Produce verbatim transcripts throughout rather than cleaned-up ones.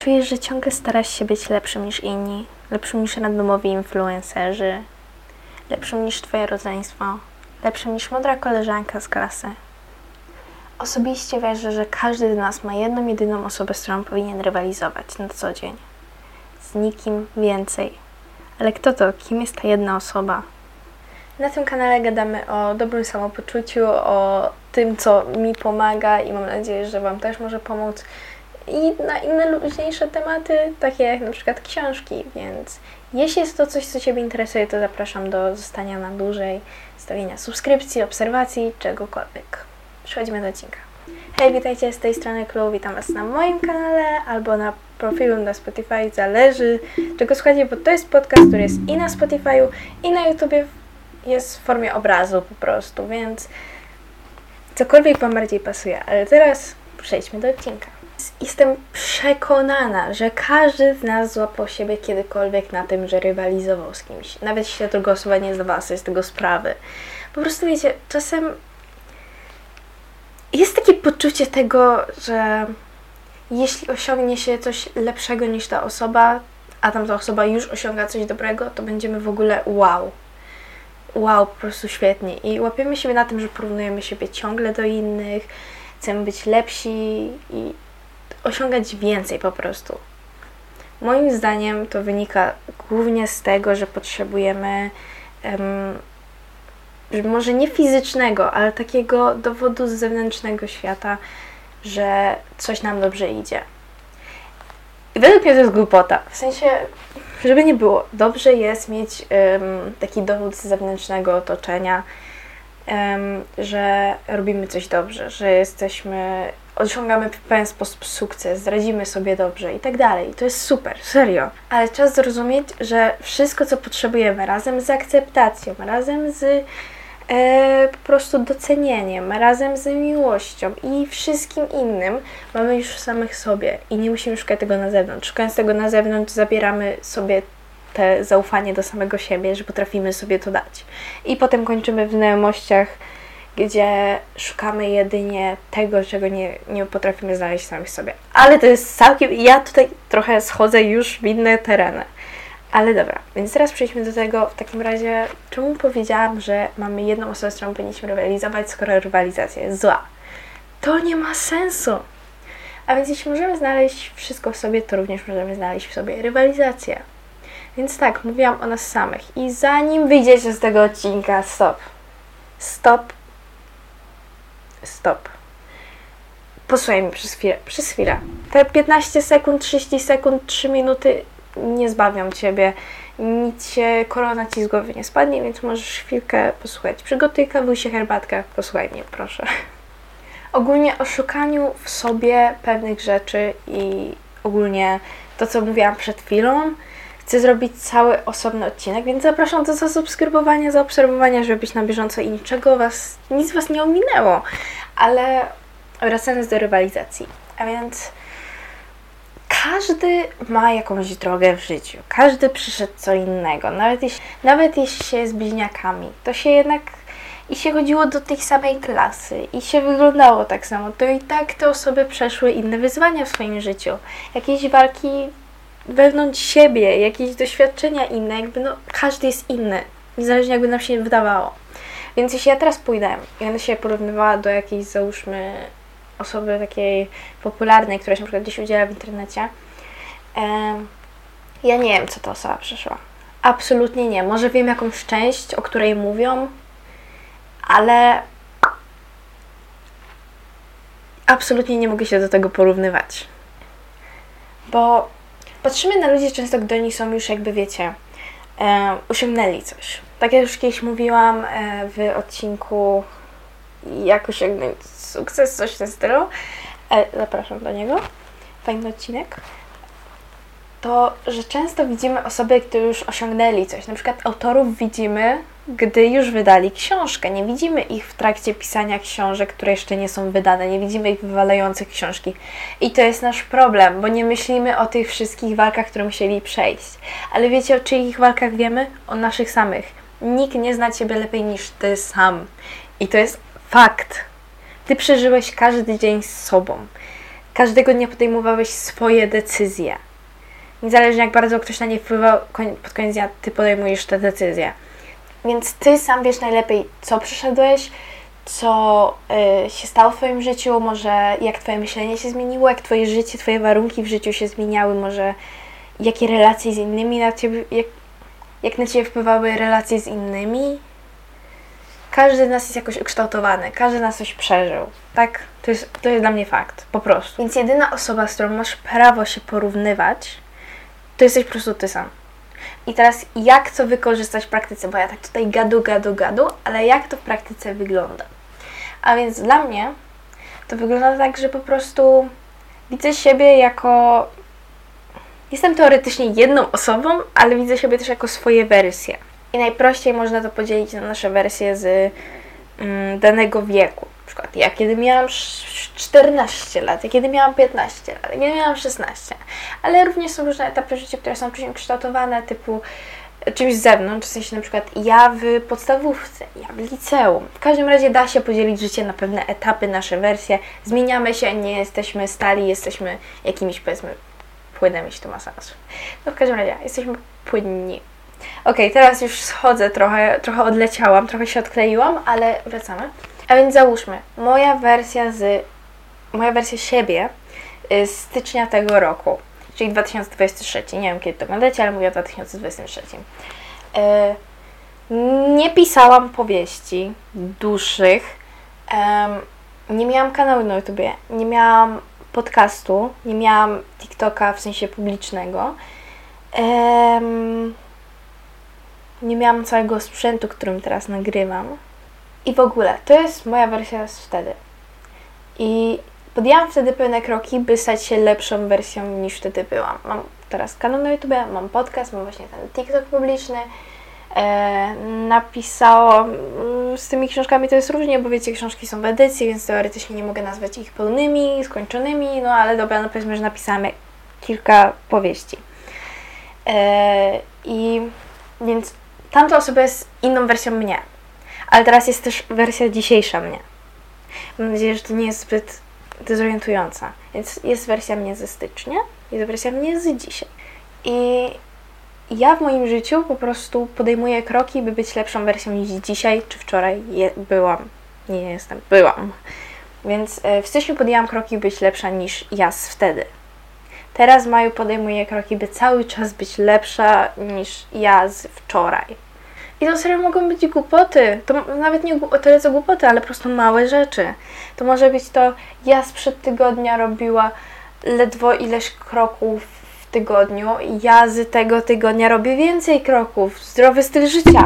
Czujesz, że ciągle starasz się być lepszym niż inni, lepszym niż randomowi influencerzy, lepszym niż twoje rodzeństwo, lepszym niż mądra koleżanka z klasy. Osobiście wierzę, że każdy z nas ma jedną, jedyną osobę, z którą powinien rywalizować na co dzień. Z nikim więcej. Ale kto to? Kim jest ta jedna osoba? Na tym kanale gadamy o dobrym samopoczuciu, o tym, co mi pomaga i mam nadzieję, że Wam też może pomóc. I na inne luźniejsze tematy, takie jak na przykład książki, więc jeśli jest to coś, co Ciebie interesuje, to zapraszam do zostania na dłużej, stawienia subskrypcji, obserwacji, czegokolwiek. Przechodzimy do odcinka. Hej, witajcie, z tej strony Klu, witam Was na moim kanale albo na profilu na Spotify, zależy czego słuchacie, bo to jest podcast, który jest i na Spotify'u, i na YouTubie, jest w formie obrazu po prostu, więc cokolwiek Wam bardziej pasuje, ale teraz przejdźmy do odcinka. Jestem przekonana, że każdy z nas złapał siebie kiedykolwiek na tym, że rywalizował z kimś. Nawet jeśli ta druga osoba nie zdawała sobie z tego sprawy. Po prostu wiecie, czasem jest takie poczucie tego, że jeśli osiągnie się coś lepszego niż ta osoba, a tamta osoba już osiąga coś dobrego, to będziemy w ogóle wow. Wow, po prostu świetnie. I łapiemy siebie na tym, że porównujemy siebie ciągle do innych, chcemy być lepsi i osiągać więcej po prostu. Moim zdaniem to wynika głównie z tego, że potrzebujemy um, może nie fizycznego, ale takiego dowodu z zewnętrznego świata, że coś nam dobrze idzie. I według mnie to jest głupota. W sensie, żeby nie było, dobrze jest mieć um, taki dowód z zewnętrznego otoczenia, um, że robimy coś dobrze, że jesteśmy, osiągamy w pewien sposób sukces, radzimy sobie dobrze i tak dalej. To jest super, serio. Ale trzeba zrozumieć, że wszystko, co potrzebujemy, razem z akceptacją, razem z e, po prostu docenieniem, razem z miłością i wszystkim innym, mamy już w samych sobie i nie musimy szukać tego na zewnątrz. Szukając tego na zewnątrz, zabieramy sobie te zaufanie do samego siebie, że potrafimy sobie to dać. I potem kończymy w znajomościach, gdzie szukamy jedynie tego, czego nie, nie potrafimy znaleźć samych sobie. Ale to jest całkiem... Ja tutaj trochę schodzę już w inne tereny. Ale dobra, więc teraz przejdźmy do tego w takim razie, czemu powiedziałam, że mamy jedną osobę, z którą powinniśmy rywalizować, skoro rywalizacja jest zła. To nie ma sensu. A więc jeśli możemy znaleźć wszystko w sobie, to również możemy znaleźć w sobie rywalizację. Więc tak, mówiłam o nas samych. I zanim wyjdziecie z tego odcinka, stop. Stop. Stop. Posłuchaj mi przez chwilę. Przez chwilę. Te piętnaście sekund, trzydzieści sekund, trzy minuty nie zbawią Ciebie. Nic się, korona Ci z głowy nie spadnie, więc możesz chwilkę posłuchać. Przygotuj kawusie, herbatkę. Posłuchaj mnie, proszę. Ogólnie o szukaniu w sobie pewnych rzeczy i ogólnie to, co mówiłam przed chwilą, chcę zrobić cały osobny odcinek, więc zapraszam do zasubskrybowania, zaobserwowania, żeby być na bieżąco i niczego was, nic Was nie ominęło. Ale wracając do rywalizacji. A więc każdy ma jakąś drogę w życiu. Każdy przyszedł co innego. Nawet jeśli, nawet jeśli się jest bliźniakami, to się jednak i się chodziło do tej samej klasy i się wyglądało tak samo, to i tak te osoby przeszły inne wyzwania w swoim życiu. Jakieś walki wewnątrz siebie, jakieś doświadczenia inne, jakby no każdy jest inny, niezależnie jakby nam się wydawało. Więc jeśli ja teraz pójdę i będę się porównywała do jakiejś, załóżmy, osoby takiej popularnej, która się na przykład gdzieś udziela w internecie, e, ja nie wiem, co ta osoba przeszła. Absolutnie nie. Może wiem jakąś część, o której mówią, ale absolutnie nie mogę się do tego porównywać. Bo patrzymy na ludzi często, gdy oni są już jakby, wiecie, e, osiągnęli coś. Tak jak już kiedyś mówiłam e, w odcinku jak osiągnąć sukces, coś w tym stylu. E, zapraszam do niego. Fajny odcinek. To, że często widzimy osoby, które już osiągnęli coś. Na przykład autorów widzimy, gdy już wydali książkę. Nie widzimy ich w trakcie pisania książek, które jeszcze nie są wydane. Nie widzimy ich wywalających książki. I to jest nasz problem, bo nie myślimy o tych wszystkich walkach, które musieli przejść. Ale wiecie, o czyich walkach wiemy? O naszych samych. Nikt nie zna Ciebie lepiej niż Ty sam. I to jest fakt. Ty przeżyłeś każdy dzień z sobą. Każdego dnia podejmowałeś swoje decyzje. Niezależnie jak bardzo ktoś na nie wpływał, pod koniec dnia ty podejmujesz te decyzje. Więc ty sam wiesz najlepiej, co przeszedłeś, co y, się stało w twoim życiu, może jak twoje myślenie się zmieniło, jak twoje życie, twoje warunki w życiu się zmieniały, może jakie relacje z innymi na ciebie, jak, jak na ciebie wpływały relacje z innymi. Każdy z nas jest jakoś ukształtowany, każdy z nas coś przeżył, tak? To jest, to jest dla mnie fakt, po prostu. Więc jedyna osoba, z którą masz prawo się porównywać, to jesteś po prostu ty sam. I teraz jak to wykorzystać w praktyce, bo ja tak tutaj gadu, gadu, gadu, ale jak to w praktyce wygląda? A więc dla mnie to wygląda tak, że po prostu widzę siebie jako... Jestem teoretycznie jedną osobą, ale widzę siebie też jako swoje wersje. I najprościej można to podzielić na nasze wersje z mm, danego wieku. Na przykład ja kiedy miałam czternaście lat, ja kiedy miałam piętnaście lat, ja kiedy miałam szesnaście. Ale również są różne etapy życia, które są czymś kształtowane, typu czymś z zewnątrz, w sensie na przykład ja w podstawówce, ja w liceum. W każdym razie da się podzielić życie na pewne etapy, nasze wersje. Zmieniamy się, nie jesteśmy stali, jesteśmy jakimiś, powiedzmy, płynem, jeśli to ma sens. No w każdym razie, jesteśmy płynni. Okej, okay, teraz już schodzę trochę, trochę odleciałam, trochę się odkleiłam, ale wracamy. A więc załóżmy, moja wersja z, moja wersja siebie z stycznia tego roku, czyli dwa tysiące dwudziesty trzeci, nie wiem kiedy to oglądacie, ale mówię o dwa tysiące dwudziestym trzecim. Yy, nie pisałam powieści dłuższych, yy, nie miałam kanału na YouTubie, nie miałam podcastu, nie miałam TikToka w sensie publicznego. Yy, Nie miałam całego sprzętu, którym teraz nagrywam. I w ogóle, to jest moja wersja z wtedy. I podjęłam wtedy pewne kroki, by stać się lepszą wersją niż wtedy byłam. Mam teraz kanał na YouTube, mam podcast, mam właśnie ten TikTok publiczny. E, napisałam, z tymi książkami to jest różnie, bo wiecie, książki są w edycji, więc teoretycznie nie mogę nazwać ich pełnymi, skończonymi, no ale dobra, no powiedzmy, że napisałam kilka powieści. E, I więc tamta osoba jest inną wersją mnie. Ale teraz jest też wersja dzisiejsza mnie. Mam nadzieję, że to nie jest zbyt dezorientująca. Więc jest wersja mnie ze stycznia, jest wersja mnie z dzisiaj. I ja w moim życiu po prostu podejmuję kroki, by być lepszą wersją niż dzisiaj czy wczoraj je, byłam. Nie jestem, byłam. Więc w styczniu podjęłam kroki, by być lepsza niż ja z wtedy. Teraz w maju podejmuję kroki, by cały czas być lepsza niż ja z wczoraj. I to serio mogą być głupoty. To nawet nie tyle co głupoty, ale po prostu małe rzeczy. To może być to, ja sprzed tygodnia robiła ledwo ileś kroków w tygodniu i ja z tego tygodnia robię więcej kroków. Zdrowy styl życia.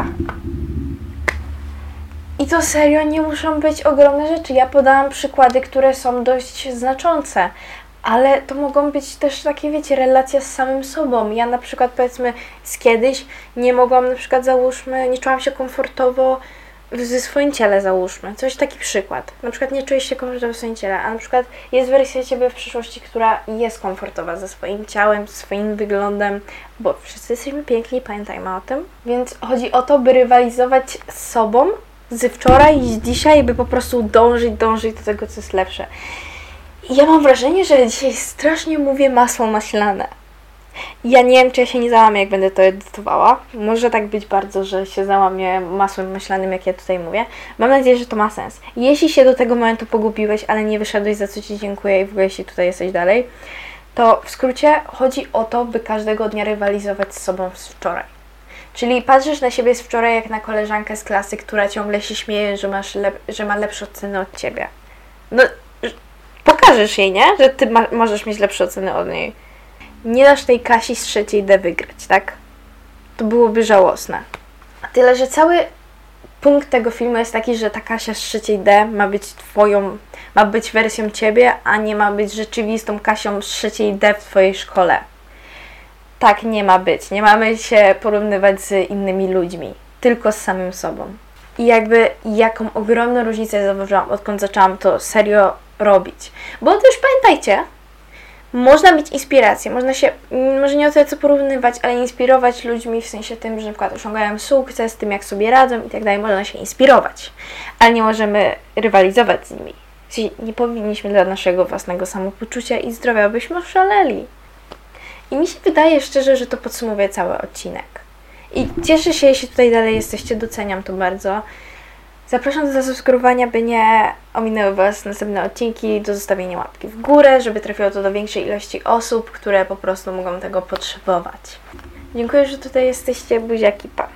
I to serio nie muszą być ogromne rzeczy. Ja podałam przykłady, które są dość znaczące. Ale to mogą być też takie, wiecie, relacje z samym sobą. Ja na przykład, powiedzmy, z kiedyś nie mogłam, na przykład, załóżmy, nie czułam się komfortowo ze swoim ciele, załóżmy. Coś, taki przykład. Na przykład nie czujesz się komfortowo w swoim ciele, a na przykład jest wersja ciebie w przyszłości, która jest komfortowa ze swoim ciałem, swoim wyglądem, bo wszyscy jesteśmy piękni, pamiętajmy o tym. Więc chodzi o to, by rywalizować z sobą z wczoraj i z dzisiaj, by po prostu dążyć, dążyć do tego, co jest lepsze. I ja mam wrażenie, że dzisiaj strasznie mówię masło maślane. Ja nie wiem, czy ja się nie załamię, jak będę to edytowała. Może tak być bardzo, że się załamię masłem maślanym, jak ja tutaj mówię. Mam nadzieję, że to ma sens. Jeśli się do tego momentu pogubiłeś, ale nie wyszedłeś, za co Ci dziękuję i w ogóle jeśli tutaj jesteś dalej, to w skrócie chodzi o to, by każdego dnia rywalizować z sobą z wczoraj. Czyli patrzysz na siebie z wczoraj jak na koleżankę z klasy, która ciągle się śmieje, że, masz lep- że ma lepsze oceny od Ciebie. No, pokażesz jej, nie? Że Ty ma- możesz mieć lepsze oceny od niej. Nie dasz tej Kasi z trzeciej D wygrać, tak? To byłoby żałosne. Tyle, że cały punkt tego filmu jest taki, że ta Kasia z trzeciej D ma być twoją, ma być wersją ciebie, a nie ma być rzeczywistą Kasią z trzeciej D w twojej szkole. Tak nie ma być. Nie mamy się porównywać z innymi ludźmi. Tylko z samym sobą. I jakby jaką ogromną różnicę zauważyłam, odkąd zaczęłam to serio robić. Bo też pamiętajcie, można mieć inspirację, można się, może nie o tyle co porównywać, ale inspirować ludźmi w sensie tym, że na przykład osiągają sukces, tym jak sobie radzą i tak dalej, można się inspirować, ale nie możemy rywalizować z nimi. produkcji nie powinniśmy dla naszego własnego samopoczucia i zdrowia, byśmy oszaleli. I mi się wydaje szczerze, że to podsumowuje cały odcinek. I cieszę się, jeśli tutaj dalej jesteście, doceniam to bardzo. Zapraszam do zasubskrybowania, by nie ominęły Was następne odcinki, do zostawienia łapki w górę, żeby trafiło to do większej ilości osób, które po prostu mogą tego potrzebować. Dziękuję, że tutaj jesteście, buziaki, pa!